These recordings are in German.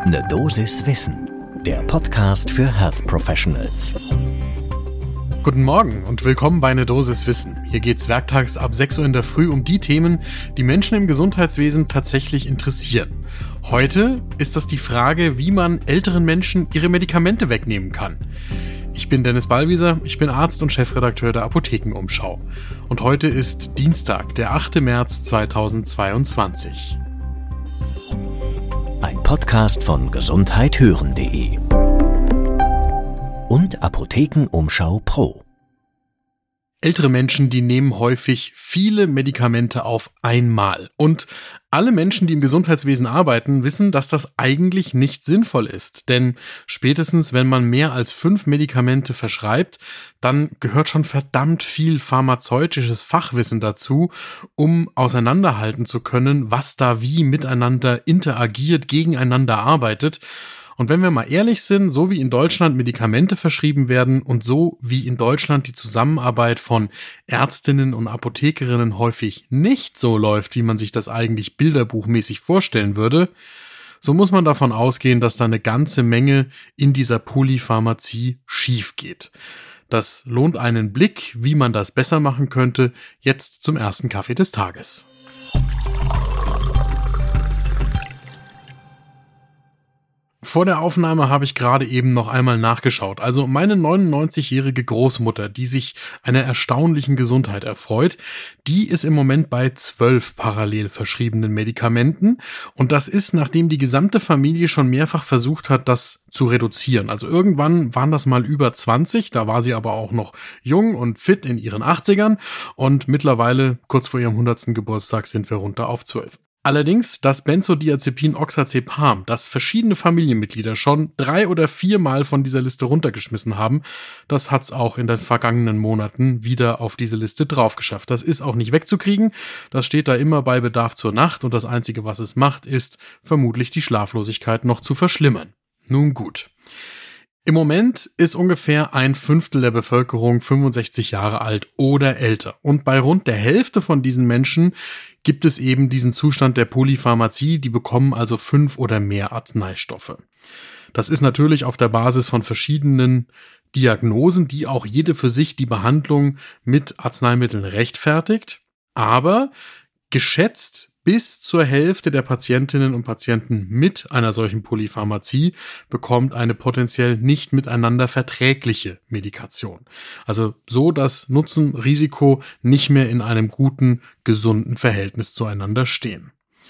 Ne Dosis Wissen, der Podcast für Health Professionals. Guten Morgen und willkommen bei Ne Dosis Wissen. Hier geht's werktags ab 6 Uhr in der Früh um die Themen, die Menschen im Gesundheitswesen tatsächlich interessieren. Heute ist das die Frage, wie man älteren Menschen ihre Medikamente wegnehmen kann. Ich bin Dennis Ballwieser, ich bin Arzt und Chefredakteur der Apothekenumschau. Und heute ist Dienstag, der 8. März 2022. Ein Podcast von gesundheithören.de und Apothekenumschau Pro. Ältere Menschen, die nehmen häufig viele Medikamente auf einmal. Und alle Menschen, die im Gesundheitswesen arbeiten, wissen, dass das eigentlich nicht sinnvoll ist. Denn spätestens, wenn man mehr als 5 Medikamente verschreibt, dann gehört schon verdammt viel pharmazeutisches Fachwissen dazu, um auseinanderhalten zu können, was da wie miteinander interagiert, gegeneinander arbeitet. Und wenn wir mal ehrlich sind, so wie in Deutschland Medikamente verschrieben werden und so wie in Deutschland die Zusammenarbeit von Ärztinnen und Apothekerinnen häufig nicht so läuft, wie man sich das eigentlich bilderbuchmäßig vorstellen würde, so muss man davon ausgehen, dass da eine ganze Menge in dieser Polypharmazie schief geht. Das lohnt einen Blick, wie man das besser machen könnte, jetzt zum ersten Kaffee des Tages. Vor der Aufnahme habe ich gerade eben noch einmal nachgeschaut. Also meine 99-jährige Großmutter, die sich einer erstaunlichen Gesundheit erfreut, die ist im Moment bei 12 parallel verschriebenen Medikamenten. Und das ist, nachdem die gesamte Familie schon mehrfach versucht hat, das zu reduzieren. Also irgendwann waren das mal über 20, da war sie aber auch noch jung und fit in ihren 80ern. Und mittlerweile, kurz vor ihrem 100. Geburtstag, sind wir runter auf 12. Allerdings das Benzodiazepin Oxazepam, das verschiedene Familienmitglieder schon 3 oder 4 Mal von dieser Liste runtergeschmissen haben, das hat's auch in den vergangenen Monaten wieder auf diese Liste draufgeschafft. Das ist auch nicht wegzukriegen, das steht da immer bei Bedarf zur Nacht und das Einzige, was es macht, ist vermutlich die Schlaflosigkeit noch zu verschlimmern. Nun gut. Im Moment ist ungefähr 1/5 der Bevölkerung 65 Jahre alt oder älter. Und bei rund der Hälfte von diesen Menschen gibt es eben diesen Zustand der Polypharmazie, die bekommen also 5 oder mehr Arzneistoffe. Das ist natürlich auf der Basis von verschiedenen Diagnosen, die auch jede für sich die Behandlung mit Arzneimitteln rechtfertigt. Aber geschätzt bis zur Hälfte der Patientinnen und Patienten mit einer solchen Polypharmazie bekommt eine potenziell nicht miteinander verträgliche Medikation. Also so, dass Nutzen-Risiko nicht mehr in einem guten, gesunden Verhältnis zueinander stehen.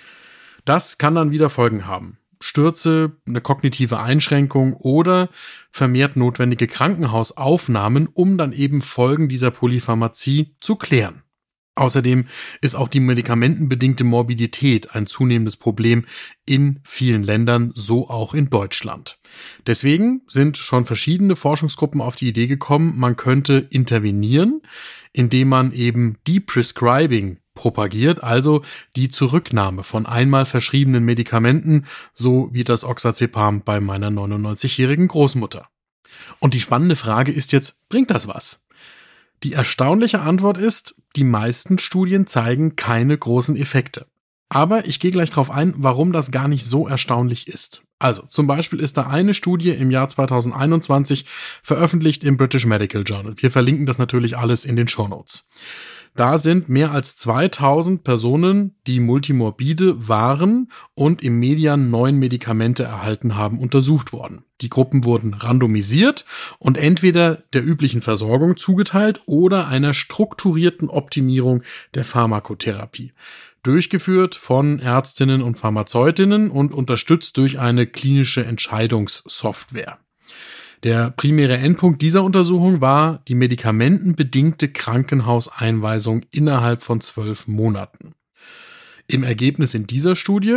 Das kann dann wieder Folgen haben. Stürze, eine kognitive Einschränkung oder vermehrt notwendige Krankenhausaufnahmen, um dann eben Folgen dieser Polypharmazie zu klären. Außerdem ist auch die medikamentenbedingte Morbidität ein zunehmendes Problem in vielen Ländern, so auch in Deutschland. Deswegen sind schon verschiedene Forschungsgruppen auf die Idee gekommen, man könnte intervenieren, indem man eben Deprescribing propagiert, also die Zurücknahme von einmal verschriebenen Medikamenten, so wie das Oxazepam bei meiner 99-jährigen Großmutter. Und die spannende Frage ist jetzt, bringt das was? Die erstaunliche Antwort ist, die meisten Studien zeigen keine großen Effekte. Aber ich gehe gleich darauf ein, warum das gar nicht so erstaunlich ist. Also, zum Beispiel ist da eine Studie im Jahr 2021 veröffentlicht im British Medical Journal. Wir verlinken das natürlich alles in den Shownotes. Da sind mehr als 2000 Personen, die multimorbide waren und im Median 9 Medikamente erhalten haben, untersucht worden. Die Gruppen wurden randomisiert und entweder der üblichen Versorgung zugeteilt oder einer strukturierten Optimierung der Pharmakotherapie. Durchgeführt von Ärztinnen und Pharmazeutinnen und unterstützt durch eine klinische Entscheidungssoftware. Der primäre Endpunkt dieser Untersuchung war die medikamentenbedingte Krankenhauseinweisung innerhalb von 12 Monaten. Im Ergebnis in dieser Studie: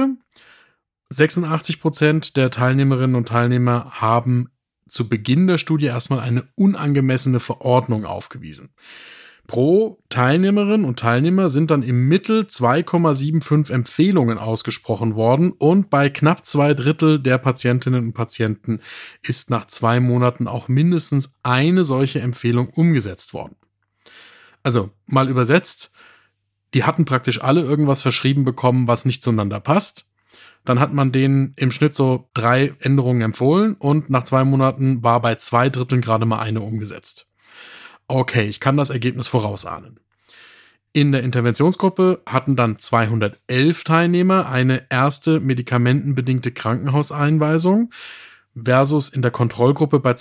86% der Teilnehmerinnen und Teilnehmer haben zu Beginn der Studie erstmal eine unangemessene Verordnung aufgewiesen. Pro Teilnehmerinnen und Teilnehmer sind dann im Mittel 2,75 Empfehlungen ausgesprochen worden und bei knapp 2/3 der Patientinnen und Patienten ist nach 2 Monaten auch mindestens eine solche Empfehlung umgesetzt worden. Also mal übersetzt, die hatten praktisch alle irgendwas verschrieben bekommen, was nicht zueinander passt. Dann hat man denen im Schnitt so 3 Änderungen empfohlen und nach 2 Monaten war bei 2/3 gerade mal eine umgesetzt. Okay, ich kann das Ergebnis vorausahnen. In der Interventionsgruppe hatten dann 211 Teilnehmer eine erste medikamentenbedingte Krankenhauseinweisung versus in der Kontrollgruppe bei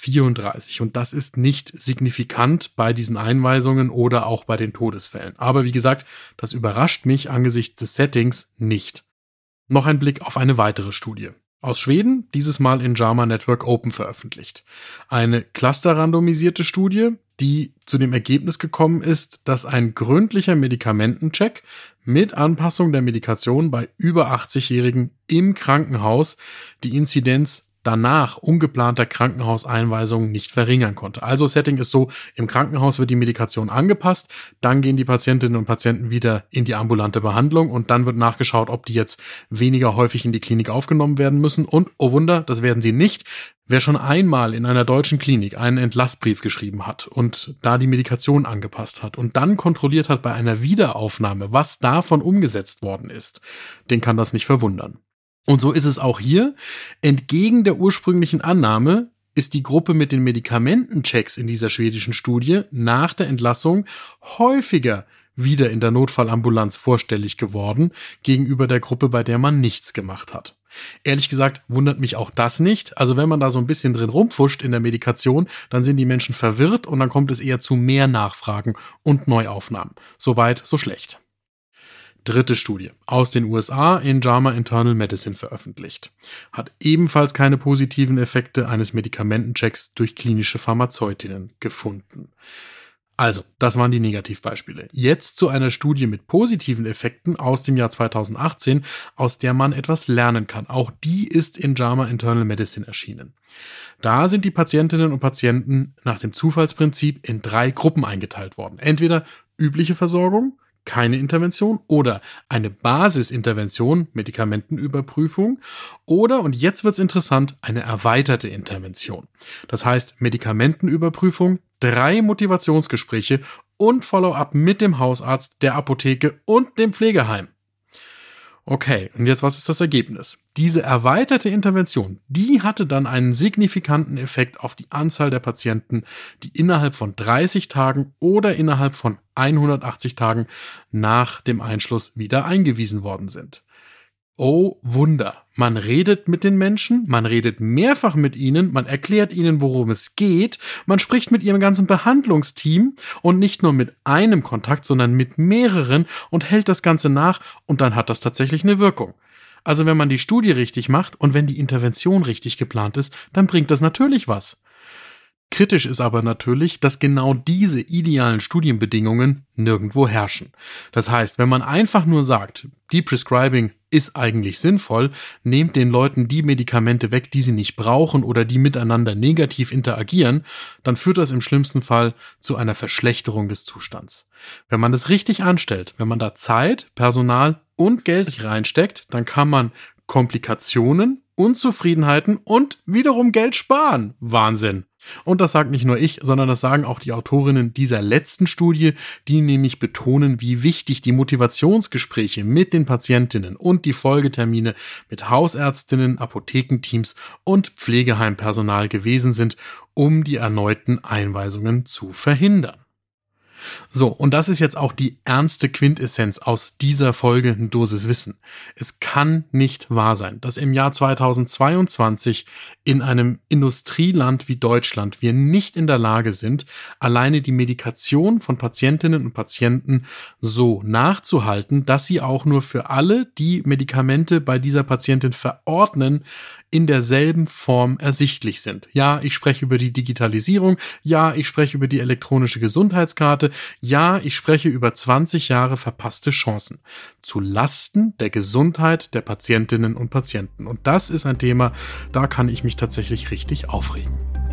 234. Und das ist nicht signifikant bei diesen Einweisungen oder auch bei den Todesfällen. Aber wie gesagt, das überrascht mich angesichts des Settings nicht. Noch ein Blick auf eine weitere Studie. Aus Schweden, dieses Mal in JAMA Network Open veröffentlicht. Eine clusterrandomisierte Studie, die zu dem Ergebnis gekommen ist, dass ein gründlicher Medikamentencheck mit Anpassung der Medikation bei über 80-Jährigen im Krankenhaus die Inzidenz danach ungeplanter Krankenhauseinweisungen nicht verringern konnte. Also Setting ist so, im Krankenhaus wird die Medikation angepasst, dann gehen die Patientinnen und Patienten wieder in die ambulante Behandlung und dann wird nachgeschaut, ob die jetzt weniger häufig in die Klinik aufgenommen werden müssen und, oh Wunder, das werden sie nicht. Wer schon einmal in einer deutschen Klinik einen Entlassbrief geschrieben hat und da die Medikation angepasst hat und dann kontrolliert hat bei einer Wiederaufnahme, was davon umgesetzt worden ist, den kann das nicht verwundern. Und so ist es auch hier. Entgegen der ursprünglichen Annahme ist die Gruppe mit den Medikamentenchecks in dieser schwedischen Studie nach der Entlassung häufiger wieder in der Notfallambulanz vorstellig geworden gegenüber der Gruppe, bei der man nichts gemacht hat. Ehrlich gesagt wundert mich auch das nicht. Also wenn man da so ein bisschen drin rumfuscht in der Medikation, dann sind die Menschen verwirrt und dann kommt es eher zu mehr Nachfragen und Neuaufnahmen. Soweit, so schlecht. Dritte Studie aus den USA in JAMA Internal Medicine veröffentlicht. Hat ebenfalls keine positiven Effekte eines Medikamentenchecks durch klinische Pharmazeutinnen gefunden. Also, das waren die Negativbeispiele. Jetzt zu einer Studie mit positiven Effekten aus dem Jahr 2018, aus der man etwas lernen kann. Auch die ist in JAMA Internal Medicine erschienen. Da sind die Patientinnen und Patienten nach dem Zufallsprinzip in 3 Gruppen eingeteilt worden. Entweder übliche Versorgung, keine Intervention oder eine Basisintervention, Medikamentenüberprüfung oder, und jetzt wird's interessant, eine erweiterte Intervention. Das heißt Medikamentenüberprüfung, 3 Motivationsgespräche und Follow-up mit dem Hausarzt, der Apotheke und dem Pflegeheim. Okay, und jetzt was ist das Ergebnis? Diese erweiterte Intervention, die hatte dann einen signifikanten Effekt auf die Anzahl der Patienten, die innerhalb von 30 Tagen oder innerhalb von 180 Tagen nach dem Einschluss wieder eingewiesen worden sind. Oh Wunder, man redet mit den Menschen, man redet mehrfach mit ihnen, man erklärt ihnen, worum es geht, man spricht mit ihrem ganzen Behandlungsteam und nicht nur mit einem Kontakt, sondern mit mehreren und hält das Ganze nach und dann hat das tatsächlich eine Wirkung. Also wenn man die Studie richtig macht und wenn die Intervention richtig geplant ist, dann bringt das natürlich was. Kritisch ist aber natürlich, dass genau diese idealen Studienbedingungen nirgendwo herrschen. Das heißt, wenn man einfach nur sagt, Deprescribing ist eigentlich sinnvoll, nehmt den Leuten die Medikamente weg, die sie nicht brauchen oder die miteinander negativ interagieren, dann führt das im schlimmsten Fall zu einer Verschlechterung des Zustands. Wenn man das richtig anstellt, wenn man da Zeit, Personal und Geld reinsteckt, dann kann man Komplikationen, Unzufriedenheiten und wiederum Geld sparen. Wahnsinn! Und das sagt nicht nur ich, sondern das sagen auch die Autorinnen dieser letzten Studie, die nämlich betonen, wie wichtig die Motivationsgespräche mit den Patientinnen und die Folgetermine mit Hausärztinnen, Apothekenteams und Pflegeheimpersonal gewesen sind, um die erneuten Einweisungen zu verhindern. So, und das ist jetzt auch die ernste Quintessenz aus dieser Folge eine Dosis Wissen. Es kann nicht wahr sein, dass im Jahr 2022 in einem Industrieland wie Deutschland wir nicht in der Lage sind, alleine die Medikation von Patientinnen und Patienten so nachzuhalten, dass sie auch nur für alle, die Medikamente bei dieser Patientin verordnen, in derselben Form ersichtlich sind. Ja, ich spreche über die Digitalisierung, ja, ich spreche über die elektronische Gesundheitskarte, ja, ich spreche über 20 Jahre verpasste Chancen zu Lasten der Gesundheit der Patientinnen und Patienten. Und das ist ein Thema, da kann ich mich tatsächlich richtig aufregen.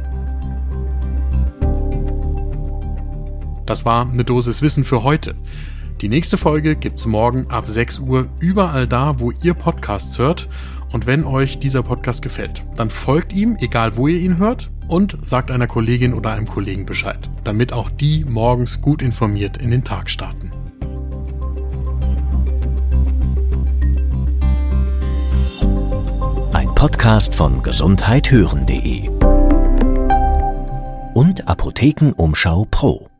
Das war eine Dosis Wissen für heute. Die nächste Folge gibt's morgen ab 6 Uhr überall da, wo ihr Podcasts hört. Und wenn euch dieser Podcast gefällt, dann folgt ihm, egal wo ihr ihn hört, und sagt einer Kollegin oder einem Kollegen Bescheid, damit auch die morgens gut informiert in den Tag starten. Podcast von gesundheithören.de und Apothekenumschau Pro.